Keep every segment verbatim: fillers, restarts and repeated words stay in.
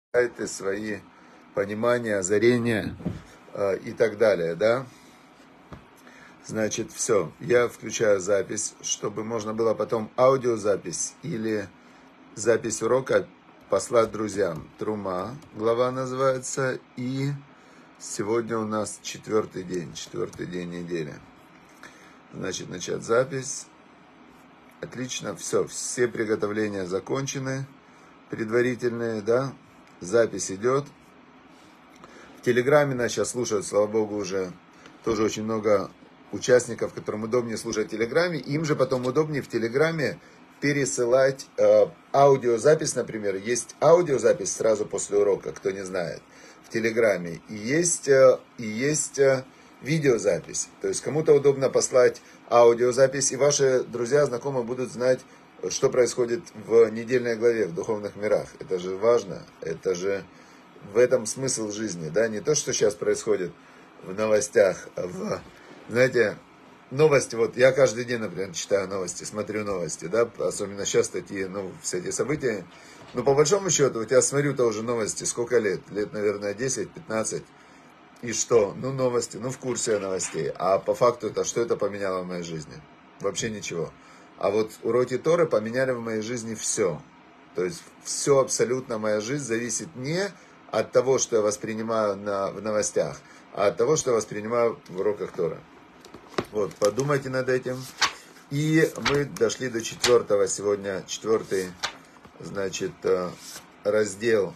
и свои понимания, озарения э, и так далее, да. Значит, все, я включаю запись, чтобы можно было потом аудиозапись или запись урока послать друзьям. Трума, глава называется, и сегодня у нас четвертый день, четвертый день недели. Значит, начать запись. Отлично, все, все приготовления закончены, предварительные, да, запись идет. В Телеграме нас сейчас слушают, слава богу, уже тоже очень много участников, которым удобнее слушать в Телеграме. Им же потом удобнее в Телеграме пересылать э, аудиозапись, например. Есть аудиозапись сразу после урока, кто не знает, в Телеграме. И есть, э, и есть э, видеозапись. То есть кому-то удобно послать аудиозапись, и ваши друзья, знакомые будут знать, что происходит в недельной главе, в духовных мирах. Это же важно, это же в этом смысл жизни, да, не то, что сейчас происходит в новостях, а в, знаете, новости, вот я каждый день, например, читаю новости, смотрю новости, да, особенно сейчас такие, ну, все эти события, но по большому счету, вот я смотрю тоже новости, сколько лет, лет, наверное, десять-пятнадцать, и что, ну, новости, ну, в курсе новостей, а по факту это, что это поменяло в моей жизни? Вообще ничего. А вот уроки Торы поменяли в моей жизни все, то есть все абсолютно, моя жизнь зависит не от того, что я воспринимаю на, в новостях, а от того, что я воспринимаю в уроках Торы. Вот, подумайте над этим. И мы дошли до четвертого сегодня, четвертый, значит, раздел,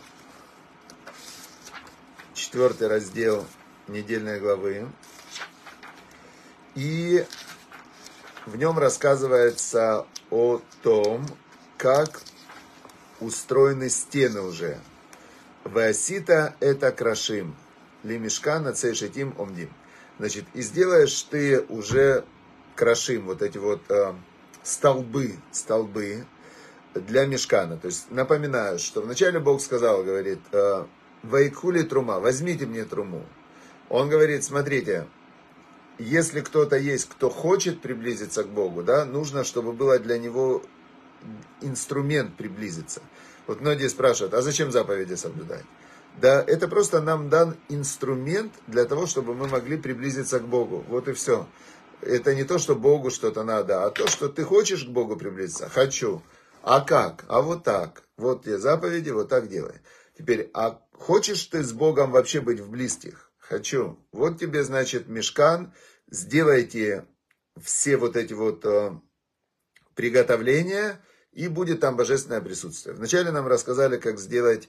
четвертый раздел недельной главы. И в нем рассказывается о том, как устроены стены уже. Веасита это крашим, лимишкана цейшетим омдим. Значит, и сделаешь ты уже крашим, вот эти вот э, столбы, столбы для мишкана. То есть напоминаю, что вначале Бог сказал, говорит, э, вайкхули трума, возьмите мне труму. Он говорит, смотрите, если кто-то есть, кто хочет приблизиться к Богу, да, нужно, чтобы было для него инструмент приблизиться. Вот многие спрашивают, а зачем заповеди соблюдать? Да, это просто нам дан инструмент для того, чтобы мы могли приблизиться к Богу. Вот и все. Это не то, что Богу что-то надо, а то, что ты хочешь к Богу приблизиться. Хочу. А как? А вот так. Вот тебе заповеди, вот так делай. Теперь, а хочешь ты с Богом вообще быть в близких? Хочу. Вот тебе, значит, мишкан. Сделайте все вот эти вот э, приготовления, и будет там божественное присутствие. Вначале нам рассказали, как сделать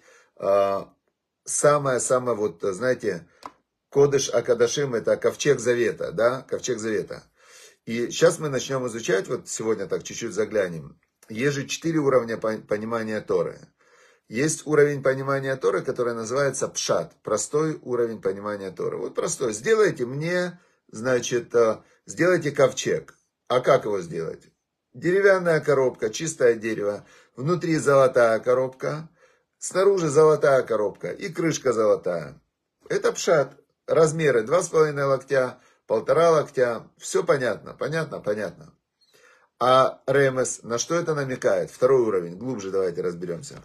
самое-самое, вот, знаете, Кодеш Акадашим, это ковчег завета, да, ковчег завета. И сейчас мы начнем изучать, вот сегодня так чуть-чуть заглянем. Есть же четыре уровня понимания Торы. Есть уровень понимания Торы, который называется пшат, простой уровень понимания Торы. Вот простой. Сделайте мне, значит, сделайте ковчег. А как его сделать? Деревянная коробка, чистое дерево, внутри золотая коробка, снаружи золотая коробка и крышка золотая. Это пшат. Размеры два с половиной локтя, полтора локтя. Все понятно, понятно, понятно. А ремес, на что это намекает? Второй уровень, глубже давайте разберемся.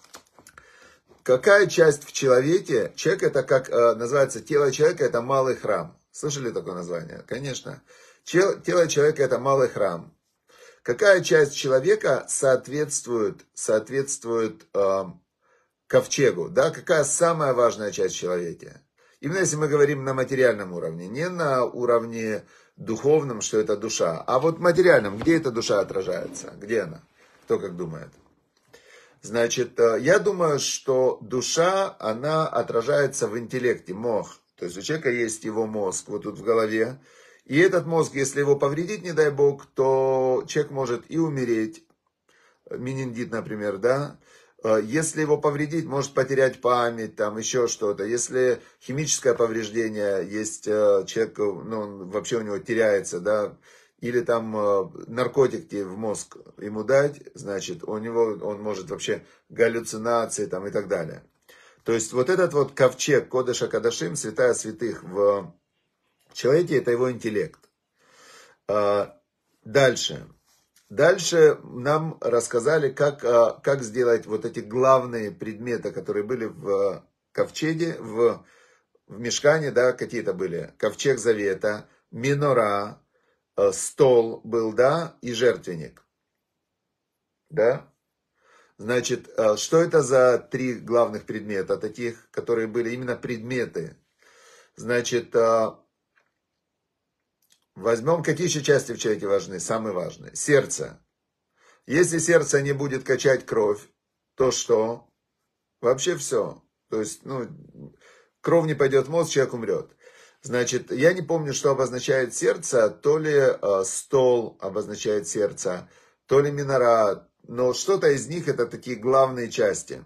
Какая часть в человеке, человек это как называется, тело человека это малый храм. Слышали такое название? Конечно. Тело человека это малый храм. Какая часть человека соответствует, соответствует э, ковчегу? Да? Какая самая важная часть человека? Именно если мы говорим на материальном уровне, не на уровне духовном, что это душа, а вот материальном, где эта душа отражается? Где она? Кто как думает? Значит, э, я думаю, что душа, она отражается в интеллекте, мозг. То есть у человека есть его мозг вот тут в голове. И этот мозг, если его повредить, не дай бог, то человек может и умереть, менингит, например, да. Если его повредить, может потерять память, там еще что-то. Если химическое повреждение есть, человек, ну, вообще у него теряется, да. Или там наркотики в мозг ему дать, значит, у него, он может вообще галлюцинации там и так далее. То есть вот этот вот ковчег, Кодеш Акадашим, святая святых в человеке, это его интеллект. Дальше. Дальше нам рассказали, как, как сделать вот эти главные предметы, которые были в ковчеге, в, в мишкане, да, какие-то были. Ковчег завета, минора, стол был, да, и жертвенник. Да? Значит, что это за три главных предмета, таких, которые были именно предметы? Значит, возьмем, какие еще части в человеке важны, самые важные. Сердце. Если сердце не будет качать кровь, то что? Вообще все. То есть, ну, кровь не пойдет в мозг, человек умрет. Значит, я не помню, что обозначает сердце, то ли э, стол обозначает сердце, то ли минора, но что-то из них это такие главные части.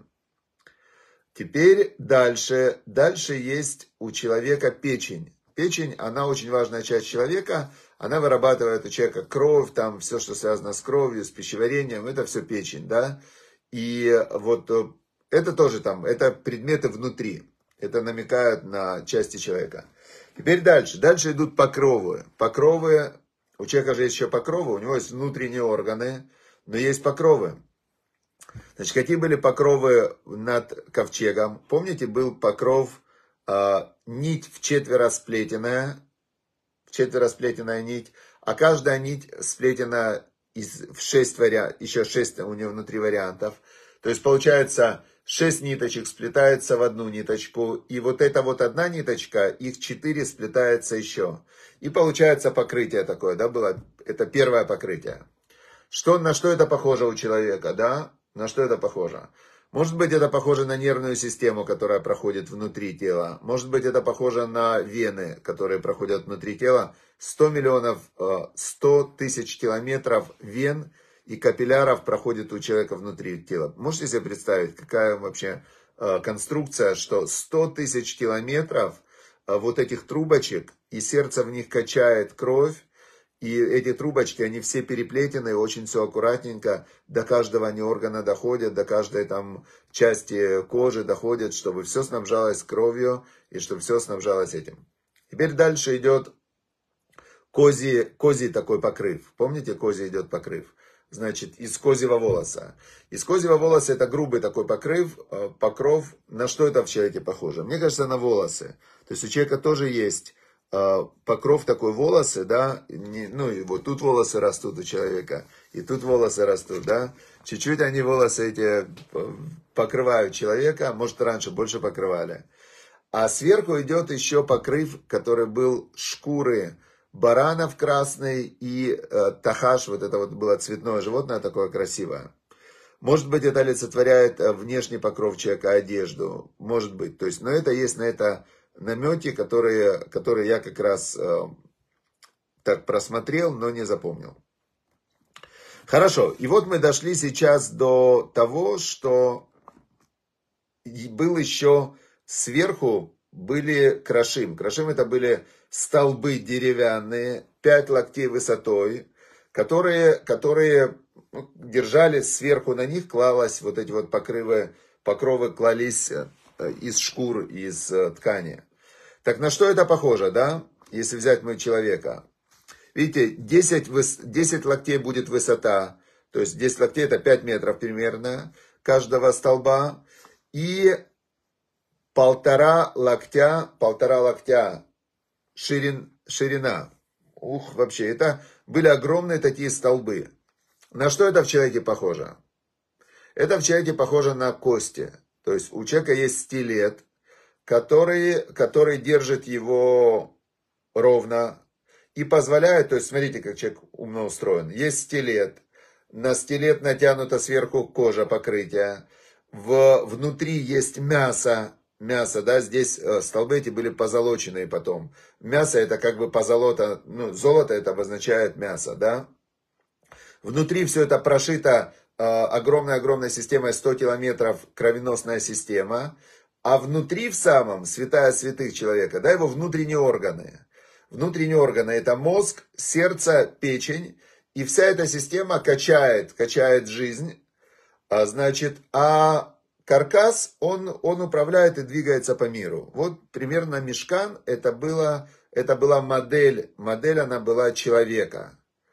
Теперь дальше, дальше есть у человека печень. Печень, она очень важная часть человека, она вырабатывает у человека кровь, там все, что связано с кровью, с пищеварением, это все печень, да. И вот это тоже там, это предметы внутри, это намекают на части человека. Теперь дальше, дальше идут покровы. Покровы, у человека же есть еще покровы, у него есть внутренние органы, но есть покровы. Значит, какие были покровы над ковчегом? Помните, был покров, э, нить вчетверо сплетенная, вчетверо сплетенная нить, а каждая нить сплетена из, в шесть вариантов, еще шесть у нее внутри вариантов. То есть, получается, шесть ниточек сплетается в одну ниточку, и вот эта вот одна ниточка, их четыре сплетается еще. И получается покрытие такое, да, было, это первое покрытие. Что, на что это похоже у человека, да? На что это похоже? Может быть, это похоже на нервную систему, которая проходит внутри тела. Может быть, это похоже на вены, которые проходят внутри тела. сто миллионов, сто тысяч километров вен и капилляров проходит у человека внутри тела. Можете себе представить, какая вообще конструкция, что сто тысяч километров вот этих трубочек, и сердце в них качает кровь, и эти трубочки, они все переплетены, очень все аккуратненько, до каждого они органа доходят, до каждой там части кожи доходят, чтобы все снабжалось кровью, и чтобы все снабжалось этим. Теперь дальше идет козий, козий такой покрыв. Помните, козий идет покрыв? Значит, из козьего волоса. Из козьего волоса это грубый такой покрыв, покров. На что это в человеке похоже? Мне кажется, на волосы. То есть у человека тоже есть покров такой волосы, да, ну и вот тут волосы растут у человека, и тут волосы растут, да, чуть-чуть они волосы эти покрывают человека, может раньше больше покрывали. А сверху идет еще покрыв, который был шкуры баранов красный и э, тахаш, вот это вот было цветное животное такое красивое. Может быть, это олицетворяет внешний покров человека, одежду, может быть, то есть, но это есть на это намети, которые, которые я как раз э, так просмотрел, но не запомнил. Хорошо, и вот мы дошли сейчас до того, что был еще сверху, были крашим. Крашим это были столбы деревянные, пять локтей высотой, которые, которые держали сверху, на них клалось вот эти вот покрывы, покровы клались из шкур, из ткани. Так на что это похоже, да? Если взять мы человека. Видите, десять, десять локтей будет высота. То есть десять локтей это пять метров примерно каждого столба. И полтора локтя, полтора локтя ширин, ширина. Ух, вообще, это были огромные такие столбы. На что это в человеке похоже? Это в человеке похоже на кости. То есть у человека есть стилет, который, который держит его ровно и позволяет, то есть смотрите, как человек умно устроен. Есть стилет, на стилет натянута сверху кожа покрытия, в, внутри есть мясо, мясо, да, здесь столбы эти были позолоченные потом. Мясо это как бы позолота, ну, золото это обозначает мясо, да. Внутри все это прошито огромной-огромной системой сто километров, кровеносная система. А внутри в самом, святая святых человека, да, его внутренние органы. Внутренние органы это мозг, сердце, печень. И вся эта система качает, качает жизнь. А, значит, а каркас, он, он управляет и двигается по миру. Вот примерно мишкан, это, было, это была модель, модель она была человека.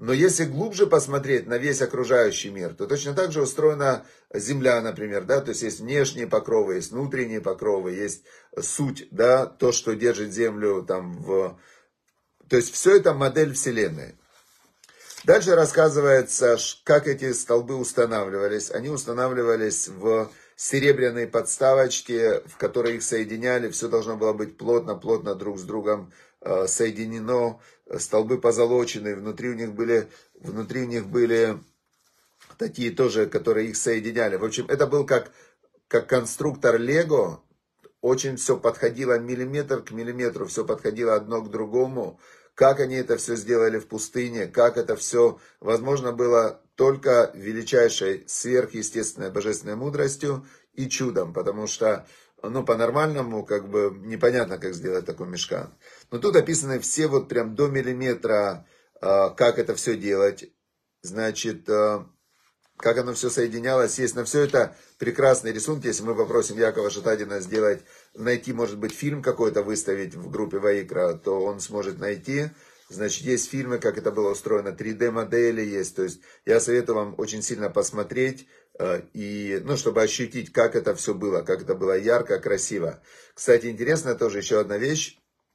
Но если глубже посмотреть на весь окружающий мир, то точно так же устроена Земля, например, да, то есть есть внешние покровы, есть внутренние покровы, есть суть, да, то, что держит Землю там в... То есть все это модель Вселенной. Дальше рассказывается, как эти столбы устанавливались. Они устанавливались в серебряные подставочки, в которые их соединяли. Все должно было быть плотно-плотно друг с другом соединено. Столбы позолоченные, внутри у них были, внутри у них были такие тоже, которые их соединяли. В общем, это был как, как конструктор Лего. Очень все подходило миллиметр к миллиметру, все подходило одно к другому. Как они это все сделали в пустыне, как это все возможно было только величайшей сверхъестественной божественной мудростью и чудом, потому что, ну, по-нормальному, как бы, непонятно, как сделать такой мишкан. Но тут описаны все вот прям до миллиметра, как это все делать, значит, как оно все соединялось. Есть на все это прекрасные рисунки. Если мы попросим Якова Шатадина сделать, найти, может быть, фильм какой-то выставить в группе Ваикра, то он сможет найти. Значит, есть фильмы, как это было устроено, три дэ модели есть. То есть я советую вам очень сильно посмотреть, и, ну, чтобы ощутить, как это все было, как это было ярко, красиво. Кстати, интересно тоже еще одна вещь,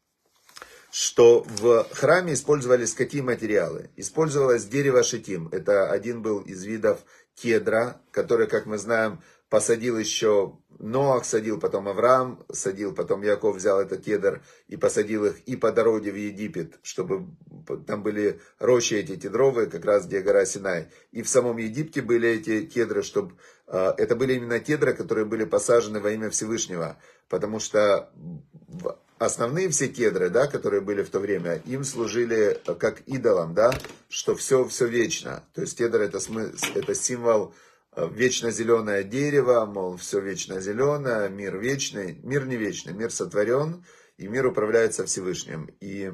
что в храме использовались какие материалы? Использовалось дерево шитим. Это один был из видов кедра, который, как мы знаем, посадил еще Ноах, садил, потом Авраам садил, потом Яков взял этот кедр и посадил их и по дороге в Египет, чтобы там были рощи эти кедровые, как раз где гора Синай. И в самом Египте были эти кедры, чтобы... Это были именно кедры, которые были посажены во имя Всевышнего, потому что... Основные все кедры, да, которые были в то время, им служили как идолам, да, что все, все вечно. То есть кедр это, смы, это символ вечно зеленое дерево, мол, все вечно зеленое, мир вечный. Мир не вечный, мир сотворен, и мир управляется Всевышним. И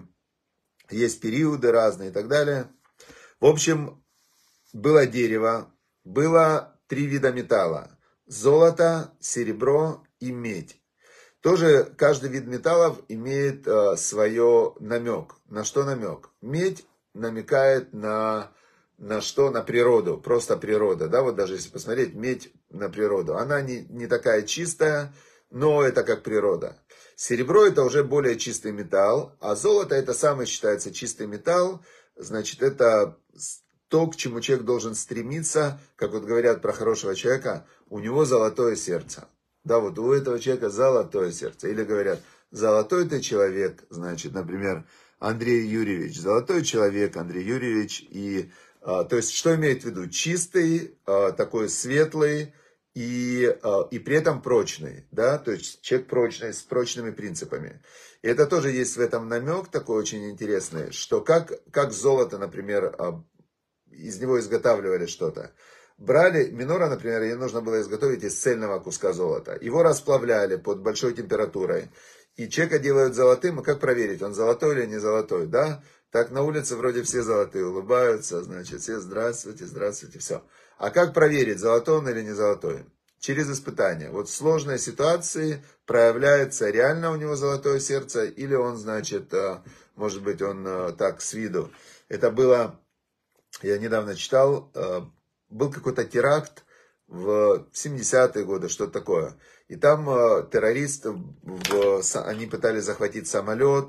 есть периоды разные и так далее. В общем, было дерево, было три вида металла. Золото, серебро и медь. Тоже каждый вид металлов имеет э, свое намек. На что намек? Медь намекает на, на что? На природу, просто природа. Да? Вот даже если посмотреть, медь на природу. Она не, не такая чистая, но это как природа. Серебро это уже более чистый металл, а золото это самый считается чистый металл. Значит, это то, к чему человек должен стремиться. Как вот говорят про хорошего человека, у него золотое сердце. Да, вот у этого человека золотое сердце. Или говорят, золотой ты человек, значит, например, Андрей Юрьевич. Золотой человек, Андрей Юрьевич. И, а, то есть, что имеет в виду? Чистый, а, такой светлый и, а, и при этом прочный. Да, то есть, человек прочный, с прочными принципами. И это тоже есть в этом намек такой очень интересный, что как, как золото, например, а, из него изготавливали что-то. Брали, минора, например, ей нужно было изготовить из цельного куска золота. Его расплавляли под большой температурой. И человека делают золотым, а как проверить, он золотой или не золотой, да? Так на улице вроде все золотые, улыбаются, значит, все здравствуйте, здравствуйте, все. А как проверить, золотой он или не золотой? Через испытание. Вот в сложной ситуации проявляется, реально у него золотое сердце, или он, значит, может быть, он так с виду. Это было, я недавно читал, был какой-то теракт в семидесятые годы, что-то такое. И там э, террорист, в, они пытались захватить самолет,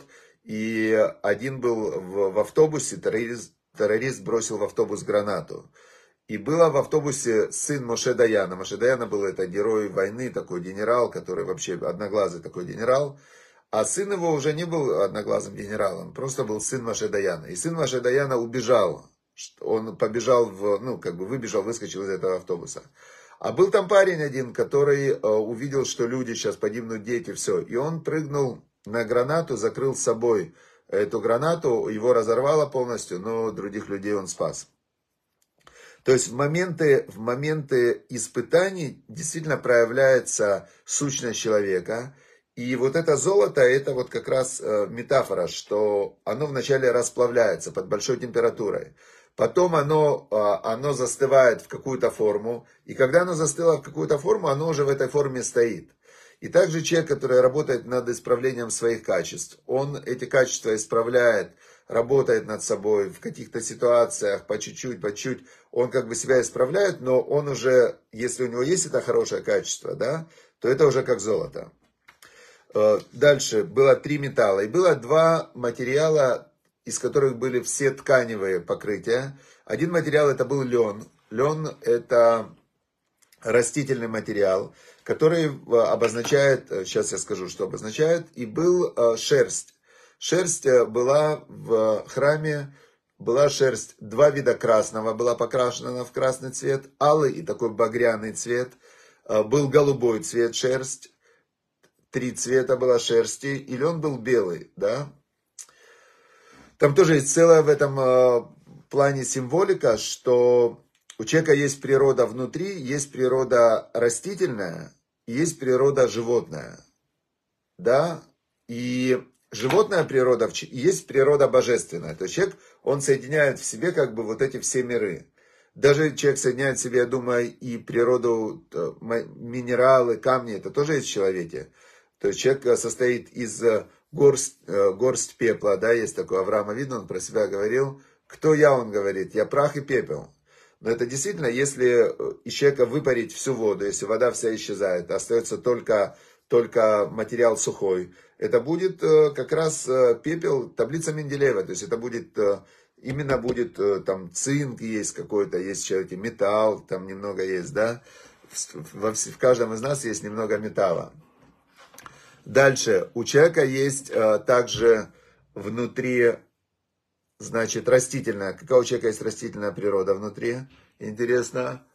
и один был в, в автобусе, террорист, террорист бросил в автобус гранату. И было в автобусе сын Моше Даяна. Моше Даяна был это герой войны, такой генерал, который вообще одноглазый такой генерал. А сын его уже не был одноглазым генералом, просто был сын Моше Даяна. И сын Моше Даяна убежал. Он побежал, в, ну, как бы выбежал, выскочил из этого автобуса. А был там парень один, который э, увидел, что люди сейчас погибнут, дети, все. И он прыгнул на гранату, закрыл с собой эту гранату, его разорвало полностью, но других людей он спас. То есть в моменты, в моменты испытаний действительно проявляется сущность человека. И вот это золото, это вот как раз э, метафора, что оно вначале расплавляется под большой температурой. Потом оно, оно застывает в какую-то форму, и когда оно застыло в какую-то форму, оно уже в этой форме стоит. И также человек, который работает над исправлением своих качеств, он эти качества исправляет работает над собой в каких-то ситуациях, по чуть-чуть, по чуть-чуть, он как бы себя исправляет, но он уже, если у него есть это хорошее качество, да, то это уже как золото. Дальше было три металла, и было два материала, из которых были все тканевые покрытия. Один материал это был лен. Лен это растительный материал, который обозначает, сейчас я скажу, что обозначает, и был шерсть. Шерсть была в храме, была шерсть, два вида красного, была покрашена в красный цвет, алый и такой багряный цвет, был голубой цвет шерсть, три цвета было шерсти, и лен был белый, да. Там тоже есть целая в этом плане символика, что у человека есть природа внутри, есть природа растительная, есть природа животная, да, и животная природа, есть природа божественная, то есть человек, он соединяет в себе как бы вот эти все миры, даже человек соединяет в себе, я думаю, и природу, минералы, камни, это тоже есть в человеке, то есть человек состоит из горсть, горсть пепла, да, есть такой Авраам Авину, он про себя говорил, кто я, он говорит, я прах и пепел. Но это действительно, если из человека выпарить всю воду, если вода вся исчезает, остается только, только материал сухой, это будет как раз пепел, таблица Менделеева, то есть это будет, именно будет там цинк есть какой-то, есть в человеке металл, там немного есть, да, в, в каждом из нас есть немного металла. Дальше, у человека есть также внутри, значит, растительная. Какая у человека есть растительная природа внутри? Интересно.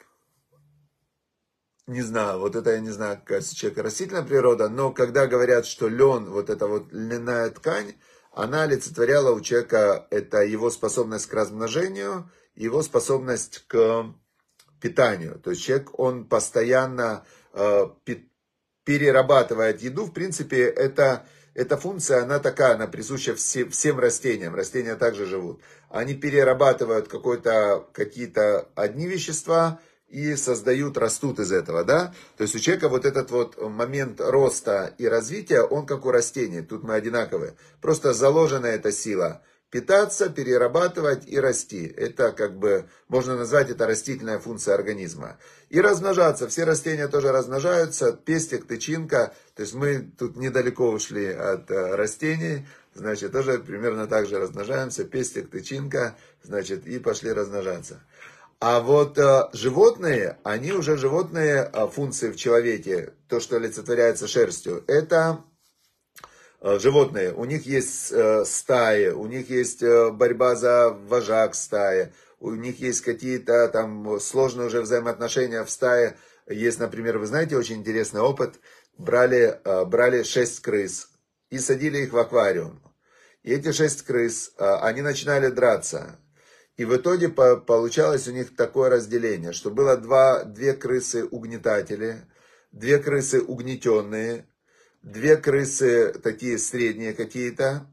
Не знаю, вот это я не знаю, какая у человека растительная природа, но когда говорят, что лен, вот эта вот льняная ткань, она олицетворяла у человека, это его способность к размножению, его способность к питанию. То есть человек, он постоянно э, перерабатывает еду, в принципе, это... Эта функция, она такая, она присуща все, всем растениям. Растения также живут. Они перерабатывают какой-то, какие-то одни вещества и создают, растут из этого, да. То есть у человека вот этот вот момент роста и развития, он как у растений. Тут мы одинаковые. Просто заложена эта сила. Питаться, перерабатывать и расти. Это как бы, можно назвать это растительная функция организма. И размножаться. Все растения тоже размножаются. Пестик, тычинка. То есть мы тут недалеко ушли от растений. Значит, тоже примерно так же размножаемся. Пестик, тычинка. Значит, и пошли размножаться. А вот э, животные, они уже животные э, функции в человеке. То, что олицетворяется шерстью. Это... Животные, у них есть э, стаи, у них есть э, борьба за вожак стаи, у них есть какие-то там сложные уже взаимоотношения в стае. Есть, например, вы знаете, очень интересный опыт, брали, э, брали шесть крыс и садили их в аквариум. И эти шесть крыс, э, они начинали драться. И в итоге по, получалось у них такое разделение, что было два, две крысы-угнетатели, две крысы угнетенные, две крысы такие средние какие-то.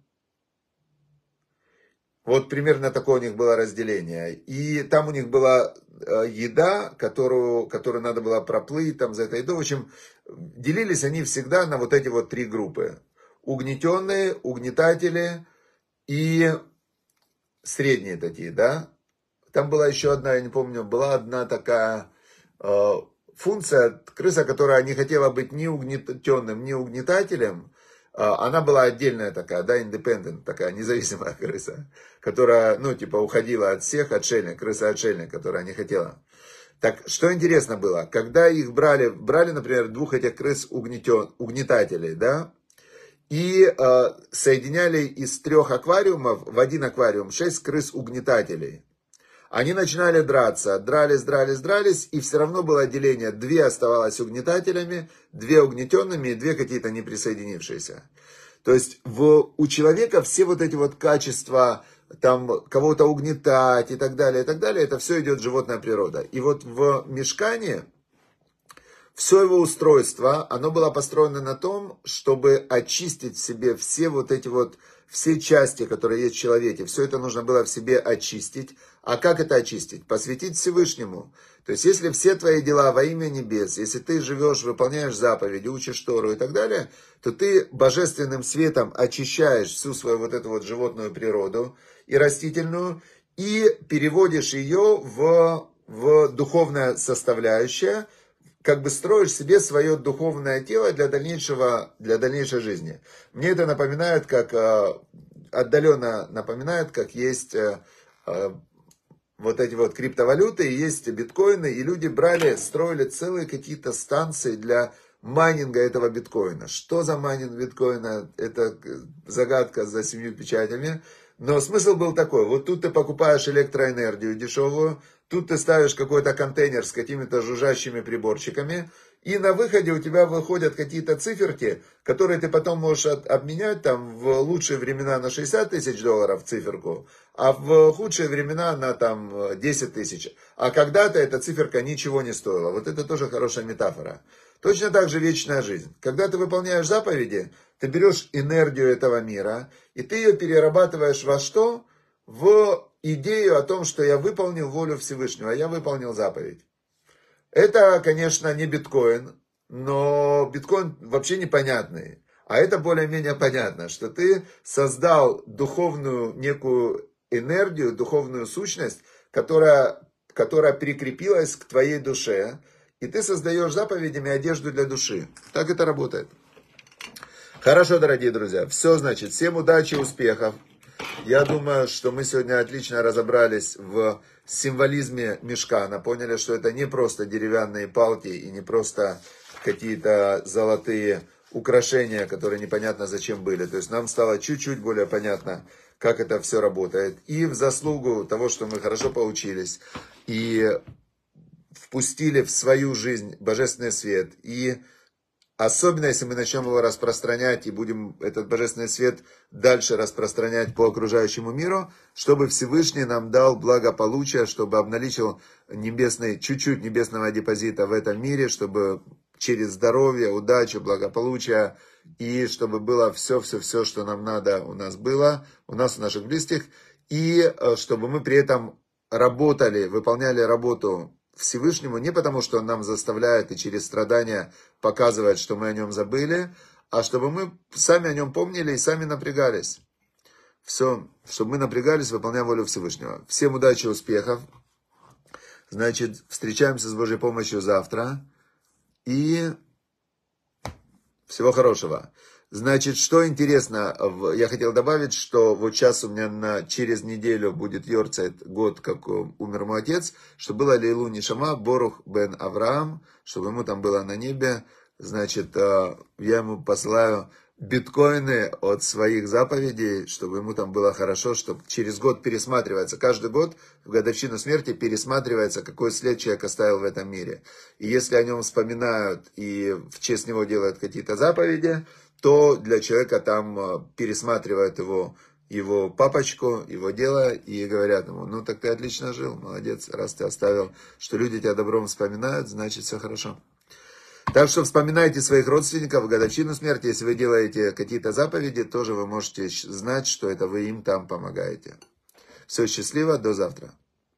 Вот примерно такое у них было разделение. И там у них была еда, которую, которую надо было проплыть там, за этой едой. В общем, делились они всегда на вот эти вот три группы. Угнетенные, угнетатели и средние такие, да. Там была еще одна, я не помню, была одна такая... Функция, крыса, которая не хотела быть ни угнетенным, ни угнетателем, она была отдельная такая, да, independent, такая независимая крыса, которая, ну, типа, уходила от всех, отшельник, крыса-отшельник, которая не хотела. Так, что интересно было, когда их брали, брали, например, двух этих крыс угнетен, угнетателей, да, и э, соединяли из трех аквариумов в один аквариум шесть крыс-угнетателей. Они начинали драться, дрались, дрались, дрались, и все равно было деление. Две оставалось угнетателями, две угнетенными и две какие-то не присоединившиеся. То есть в, у человека все вот эти вот качества, там кого-то угнетать и так далее, и так далее, это все идет животная природа. И вот в мишкане все его устройство, оно было построено на том, чтобы очистить в себе все вот эти вот, все части, которые есть в человеке, все это нужно было в себе очистить. А как это очистить? Посвятить Всевышнему. То есть, если все твои дела во имя небес, если ты живешь, выполняешь заповеди, учишь Тору и так далее, то ты божественным светом очищаешь всю свою вот эту вот животную природу и растительную, и переводишь ее в, в духовное составляющее, как бы строишь себе свое духовное тело для дальнейшего, для дальнейшей жизни. Мне это напоминает, как, отдаленно напоминает, как есть вот эти вот криптовалюты, есть биткоины, и люди брали, строили целые какие-то станции для майнинга этого биткоина. Что за майнинг биткоина? Это загадка за семью печатями. Но смысл был такой: вот тут ты покупаешь электроэнергию дешевую, тут ты ставишь какой-то контейнер с какими-то жужжащими приборчиками, и на выходе у тебя выходят какие-то циферки, которые ты потом можешь от, обменять там в лучшие времена на шестьдесят тысяч долларов циферку, а в худшие времена на там десять тысяч. А когда-то эта циферка ничего не стоила. Вот это тоже хорошая метафора. Точно так же вечная жизнь. Когда ты выполняешь заповеди, ты берешь энергию этого мира, и ты ее перерабатываешь во что? В идею о том, что я выполнил волю Всевышнего, я выполнил заповедь. Это, конечно, не биткоин, но биткоин вообще непонятный. А это более-менее понятно, что ты создал духовную некую энергию, духовную сущность, которая, которая прикрепилась к твоей душе, и ты создаешь заповедями одежду для души. Так это работает. Хорошо, дорогие друзья. Все, значит, всем удачи, успехов. Я думаю, что мы сегодня отлично разобрались в символизме мишкана. Поняли, что это не просто деревянные палки и не просто какие-то золотые украшения, которые непонятно зачем были. То есть нам стало чуть-чуть более понятно, как это все работает. И в заслугу того, что мы хорошо поучились и впустили в свою жизнь божественный свет, и особенно, если мы начнем его распространять и будем этот божественный свет дальше распространять по окружающему миру, чтобы Всевышний нам дал благополучие, чтобы обналичил небесный, чуть-чуть небесного депозита в этом мире, чтобы через здоровье, удачу, благополучие, и чтобы было все-все-все, что нам надо, у нас было, у нас, у наших близких, и чтобы мы при этом работали, выполняли работу Всевышнему не потому, что он нам заставляет и через страдания показывает, что мы о нем забыли, а чтобы мы сами о нем помнили и сами напрягались. Все, чтобы мы напрягались, выполняя волю Всевышнего. Всем удачи, успехов. Значит, встречаемся с Божьей помощью завтра. И всего хорошего. Значит, что интересно, я хотел добавить, что вот сейчас у меня на, через неделю будет йорцайт, год, как умер мой отец, что было Лейлу Нишама, Борух бен Авраам, чтобы ему там было на небе. Значит, я ему посылаю биткоины от своих заповедей, чтобы ему там было хорошо, чтобы через год пересматривается. Каждый год в годовщину смерти пересматривается, какой след человек оставил в этом мире. И если о нем вспоминают и в честь него делают какие-то заповеди, то для человека там пересматривают его, его папочку, его дело, и говорят ему: ну так ты отлично жил, молодец, раз ты оставил, что люди тебя добром вспоминают, значит все хорошо. Так что вспоминайте своих родственников в годовщину смерти, если вы делаете какие-то заповеди, тоже вы можете знать, что это вы им там помогаете. Все, счастливо, до завтра.